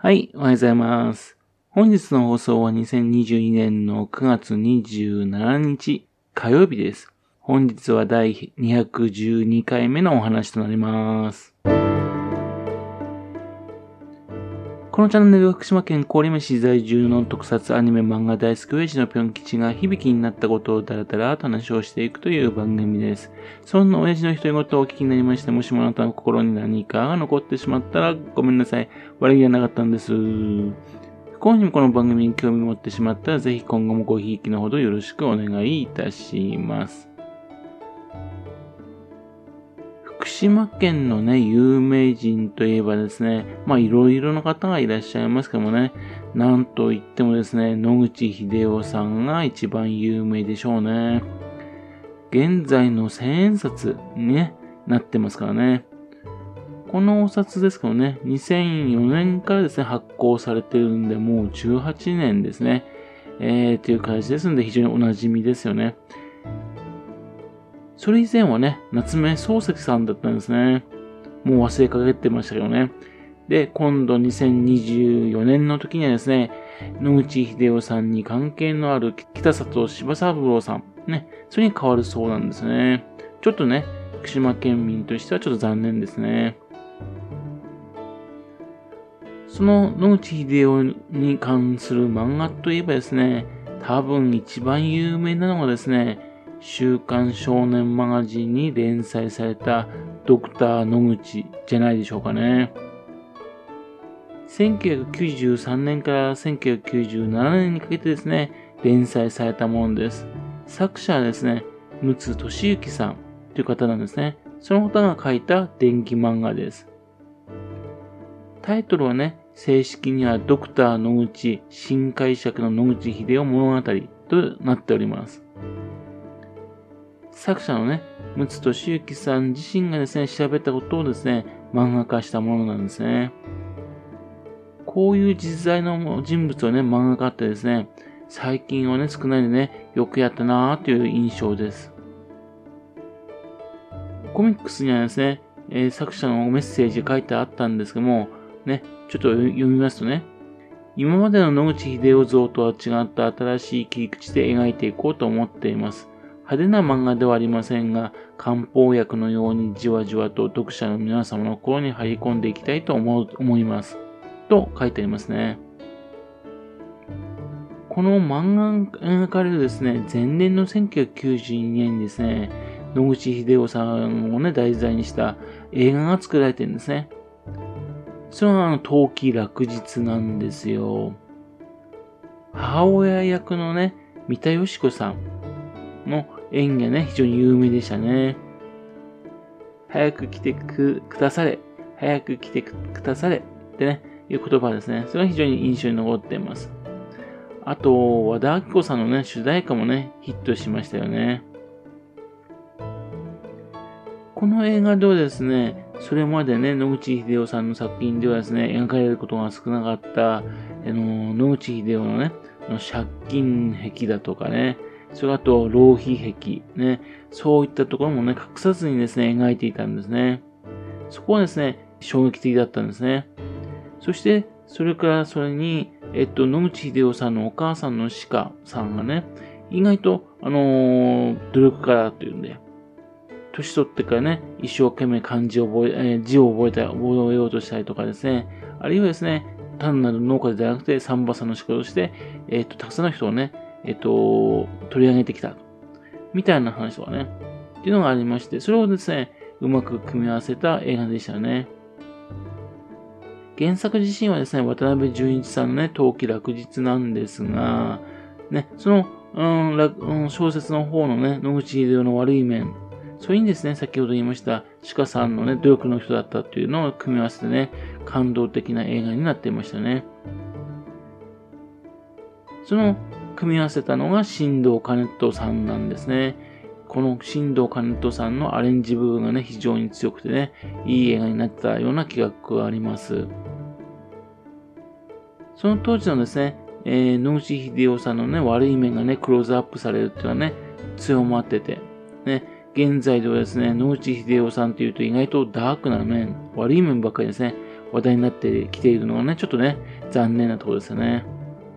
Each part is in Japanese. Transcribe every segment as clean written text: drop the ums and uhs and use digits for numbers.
はい、おはようございます。本日の放送は2022年の9月27日火曜日です。本日は第212回目のお話となります。このチャンネルは福島県郡山市在住の特撮アニメ漫画大好き親父のぴょん吉が響きになったことをだらだらと話をしていくという番組です。そんな親父の独り言をお聞きになりまして、もしもあなたの心に何かが残ってしまったらごめんなさい。悪気がなかったんです。不幸にもこの番組に興味を持ってしまったら、ぜひ今後もごひいきのほどよろしくお願いいたします。福島県のね、有名人といえばですね、いろいろな方がいらっしゃいますけどもね、なんといってもですね、野口英世さんが一番有名でしょうね。現在の千円札に、ね、なってますからね。このお札ですけどね、2004年からですね、発行されてるんで、もう18年ですね。という形ですので、非常におなじみですよね。それ以前はね、夏目漱石さんだったんですね。もう忘れかけてましたけどね。で、今度2024年の時にはですね、野口英世さんに関係のある北里柴三郎さん、ね、それに変わるそうなんですね。ちょっとね、福島県民としてはちょっと残念ですね。その野口英世に関する漫画といえばですね、多分一番有名なのがですね、週刊少年マガジンに連載されたドクター野口じゃないでしょうかね。1993年から1997年にかけてですね、連載されたものです。作者はですね、陸奥俊之さんという方なんですね。その方が書いた電気漫画です。タイトルはね、正式にはドクター野口新解釈の野口英世物語となっております。作者のね、陸奥俊之さん自身がですね、調べたことをですね、漫画化したものなんですね。こういう実在の人物をね、漫画化ってですね、最近はね、少ないんでね、よくやったなーという印象です。コミックスにはですね、作者のメッセージが書いてあったんですけども、ね、ちょっと読みますとね、今までの野口英世像とは違った新しい切り口で描いていこうと思っています。派手な漫画ではありませんが、漢方薬のようにじわじわと読者の皆様の心に入り込んでいきたいと思います。と書いてありますね。この漫画が描かれるですね、前年の1992年にですね、野口英世さんをね、題材にした映画が作られてるんですね。それは冬季落日なんですよ。母親役のね、三田佳子さんの演技がね、非常に有名でしたね。早く来てくだされ、早く来てくだされってね、いう言葉ですね。それが非常に印象に残っています。あと、和田アキ子さんのね、主題歌もね、ヒットしましたよね。この映画ではですね、それまでね、野口英世さんの作品ではですね、描かれることが少なかった、野口英世のね、借金癖だとかね、それあと、浪費癖、ね、そういったところもね、隠さずにですね、描いていたんですね。そこはですね、衝撃的だったんですね。そして、それに、野口英世さんのお母さんの鹿さんがね、意外と、努力家だというんで、年取ってからね、一生懸命字を覚えようとしたりとかですね、あるいはですね、単なる農家ではなくて、産婆さんの仕事をして、たくさんの人をね、取り上げてきた。みたいな話とかね、っていうのがありまして、それをですね、うまく組み合わせた映画でしたね。原作自身はですね、渡辺淳一さんのね、冬季落日なんですが、ね、その、小説の方のね、野口英世の悪い面、それにですね、先ほど言いました、鹿さんのね、努力の人だったっていうのを組み合わせてね、感動的な映画になっていましたね。その組み合わせたのが新藤兼人さんなんですね。この新藤兼人さんのアレンジ部分がね、非常に強くてね、いい映画になったような気があります。その当時のですね、野口英世さんのね、悪い面がね、クローズアップされるっていうのはね、強まってて、ね、現在ではですね、野口英世さんというと意外とダークな面、悪い面ばっかりですね、 話題になってきているのがね、ちょっとね、残念なところですよね。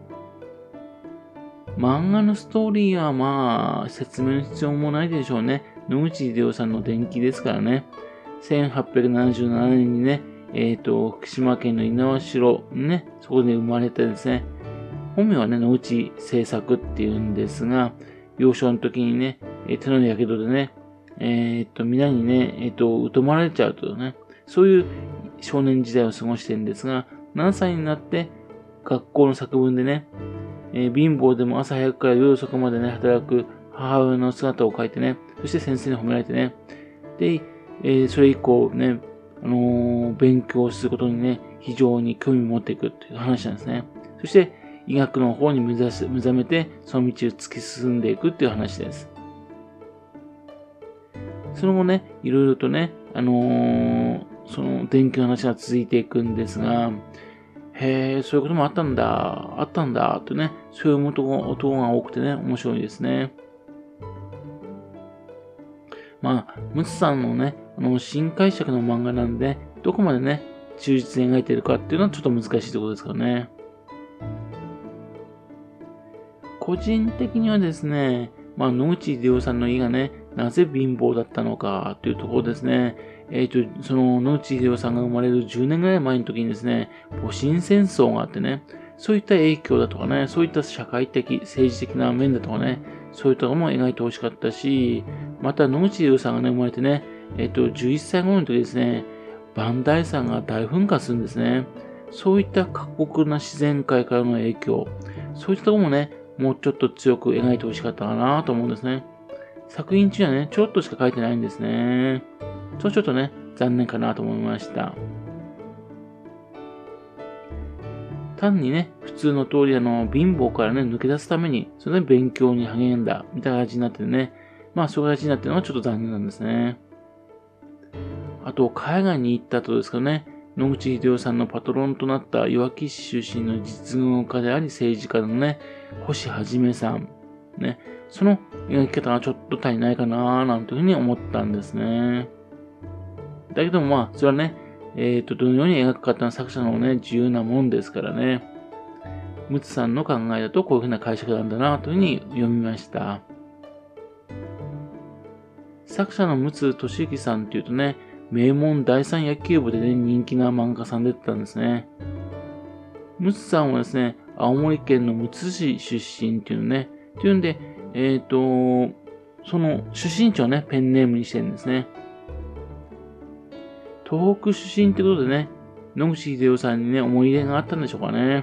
漫画のストーリーはまあ、説明の必要もないでしょうね。野口英世さんの伝記ですからね。1877年にね、福島県の猪苗代、ね、そこで生まれてですね、本名はね、野口清作っていうんですが、幼少の時にね、手のやけどでね、皆にね、疎まれちゃうとね、そういう少年時代を過ごしてるんですが、何歳になって学校の作文でね、貧乏でも朝早くから夜遅くまでね、働く母親の姿を描いてね、そして先生に褒められてね、で、それ以降ね、勉強することにね、非常に興味を持っていくっていう話なんですね。そして、医学の方に目覚めて、その道を突き進んでいくっていう話です。その後ね、いろいろとね、その電気の話が続いていくんですが、へえ、そういうこともあったんだ、ってね、そういう音が多くてね、面白いですね。まあ、ムツさんのね、新解釈の漫画なんで、どこまでね、忠実に描いているかっていうのはちょっと難しいところですからね。個人的にはですね、まあ、野口英世さんの家がね、なぜ貧乏だったのかというところですね。その野口英世さんが生まれる10年ぐらい前の時にですね、戊辰戦争があってね、そういった影響だとかね、そういった社会的、政治的な面だとかね、そういったものも描いてほしかったし、また野口英世さんがね、生まれてね、11歳頃の時ですね、磐梯山が大噴火するんですね。そういった過酷な自然界からの影響、そういったところもね、もうちょっと強く描いてほしかったかなと思うんですね。作品中はね、ちょっとしか書いてないんですね。ちょっとね、残念かなと思いました。単にね、普通の通り貧乏からね、抜け出すために、それで勉強に励んだ、みたいな感じになってね、まあそういう形になってるのはちょっと残念なんですね。あと、海外に行った後ですかね、野口英世さんのパトロンとなったいわき市出身の実業家であり政治家のね、星はじめさん。ね、その描き方がちょっと足りないかななんていうふうに思ったんですね。だけどもまあ、それはね、どのように描くかっていうのは作者のね、自由なもんですからね。ムツさんの考えだとこういうふうな解釈なんだなというふうに読みました。作者のムツ俊之さんっていうとね、名門第三野球部でね、人気な漫画家さんでったんですね。ムツさんはですね、青森県のムツ市出身っていうのね、っていうんで、その出身地をね、ペンネームにしてるんですね。東北出身ってことでね、野口英世さんにね、思い入れがあったんでしょうかね。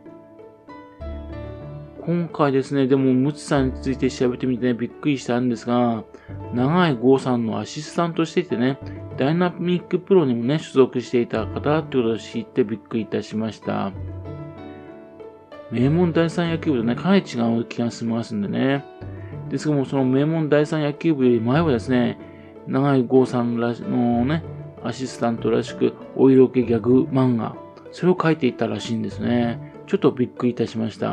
今回ですね、でも、ムツさんについて調べてみてね、びっくりしたんですが、長井剛さんのアシスタントしていてね、ダイナミックプロにもね、所属していた方ってことを知ってびっくりいたしました。名門第三野球部とね、かなり違う気がしますんでね。ですけども、その名門第三野球部より前はですね、長井剛さんのね、アシスタントらしく、お色気ギャグ漫画、それを書いていたらしいんですね。ちょっとびっくりいたしました。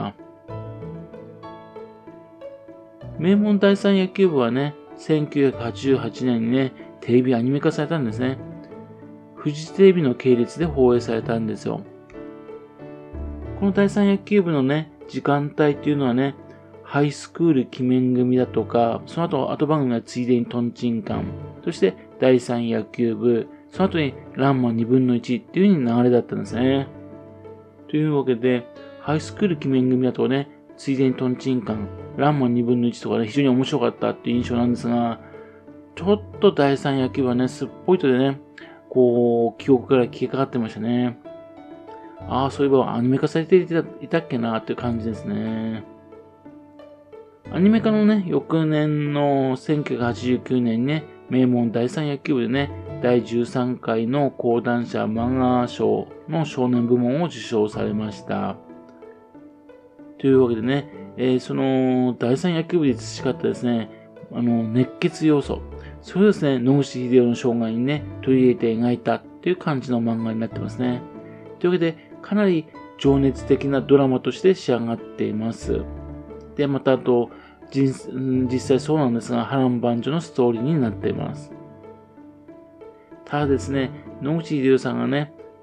名門第三野球部はね、1988年にね、テレビアニメ化されたんですね。フジテレビの系列で放映されたんですよ。この第三野球部のね、時間帯っていうのはね、ハイスクール鬼面組だとか、その後番組はついでにトンチンカン、そして第三野球部、その後にランマ2分の1っていう風に流れだったんですね。というわけで、ハイスクール鬼面組だとね、ついでにトンチンカン、ランマ2分の1とかね、非常に面白かったっていう印象なんですが、ちょっと第三野球部はね、すっぽいとでね、こう、記憶から消えかかってましたね。ああ、そういえばアニメ化されていたっけなっていう感じですね。アニメ化のね、翌年の1989年にね、名門第三野球部でね、第13回の講談社漫画賞の少年部門を受賞されました。というわけでね、その第三野球部で培ったですね、熱血要素、それをですね、野口英世の生涯にね、取り入れて描いたっていう感じの漫画になってますね。というわけで、かなり情熱的なドラマとして仕上がっています。で、またあと、実際そうなんですが、波乱万丈のストーリーになっています。ただですね、野口英世さんがね、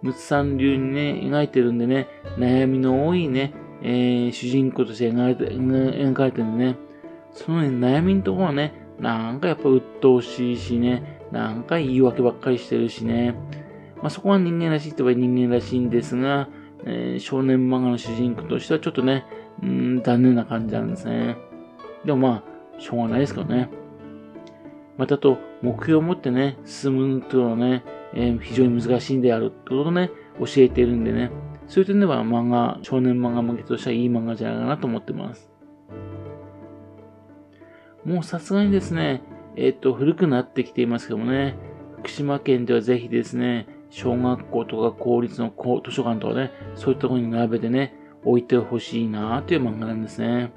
ムツさん流にね、描いてるんでね、悩みの多いね、主人公として描かれてるんでね、そのね、悩みのところはね、なんかやっぱ鬱陶しいしね、なんか言い訳ばっかりしてるしね、そこは人間らしいとは人間らしいんですが、少年漫画の主人公としてはちょっとね、残念な感じなんですね。でもしょうがないですけどね。また目標を持ってね、進むというのはね、非常に難しいんであるということをね、教えているんでね、そういう点では少年漫画向けとしてはいい漫画じゃないかなと思ってます。もうさすがにですね、古くなってきていますけどもね、福島県ではぜひですね、小学校とか公立の図書館とかね、そういったところに並べてね、置いてほしいなという漫画なんですね。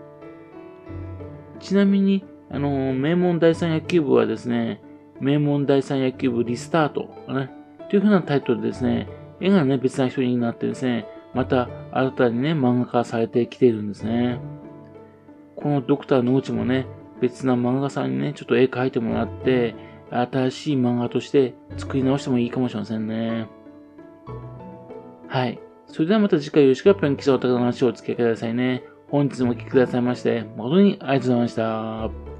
ちなみに、名門第三野球部はですね、名門第三野球部リスタート、ね、というふうなタイトルでですね、絵がね、別な人になってですね、また新たにね、漫画化されてきているんですね。このドクター野口もね、別な漫画家さんにね、ちょっと絵描いてもらって、新しい漫画として作り直してもいいかもしれませんね。はい。それではまた次回よろしくぴょん吉さんお宝の話をお付き合いくださいね。本日もお聴きくださいまして、誠にありがとうございました。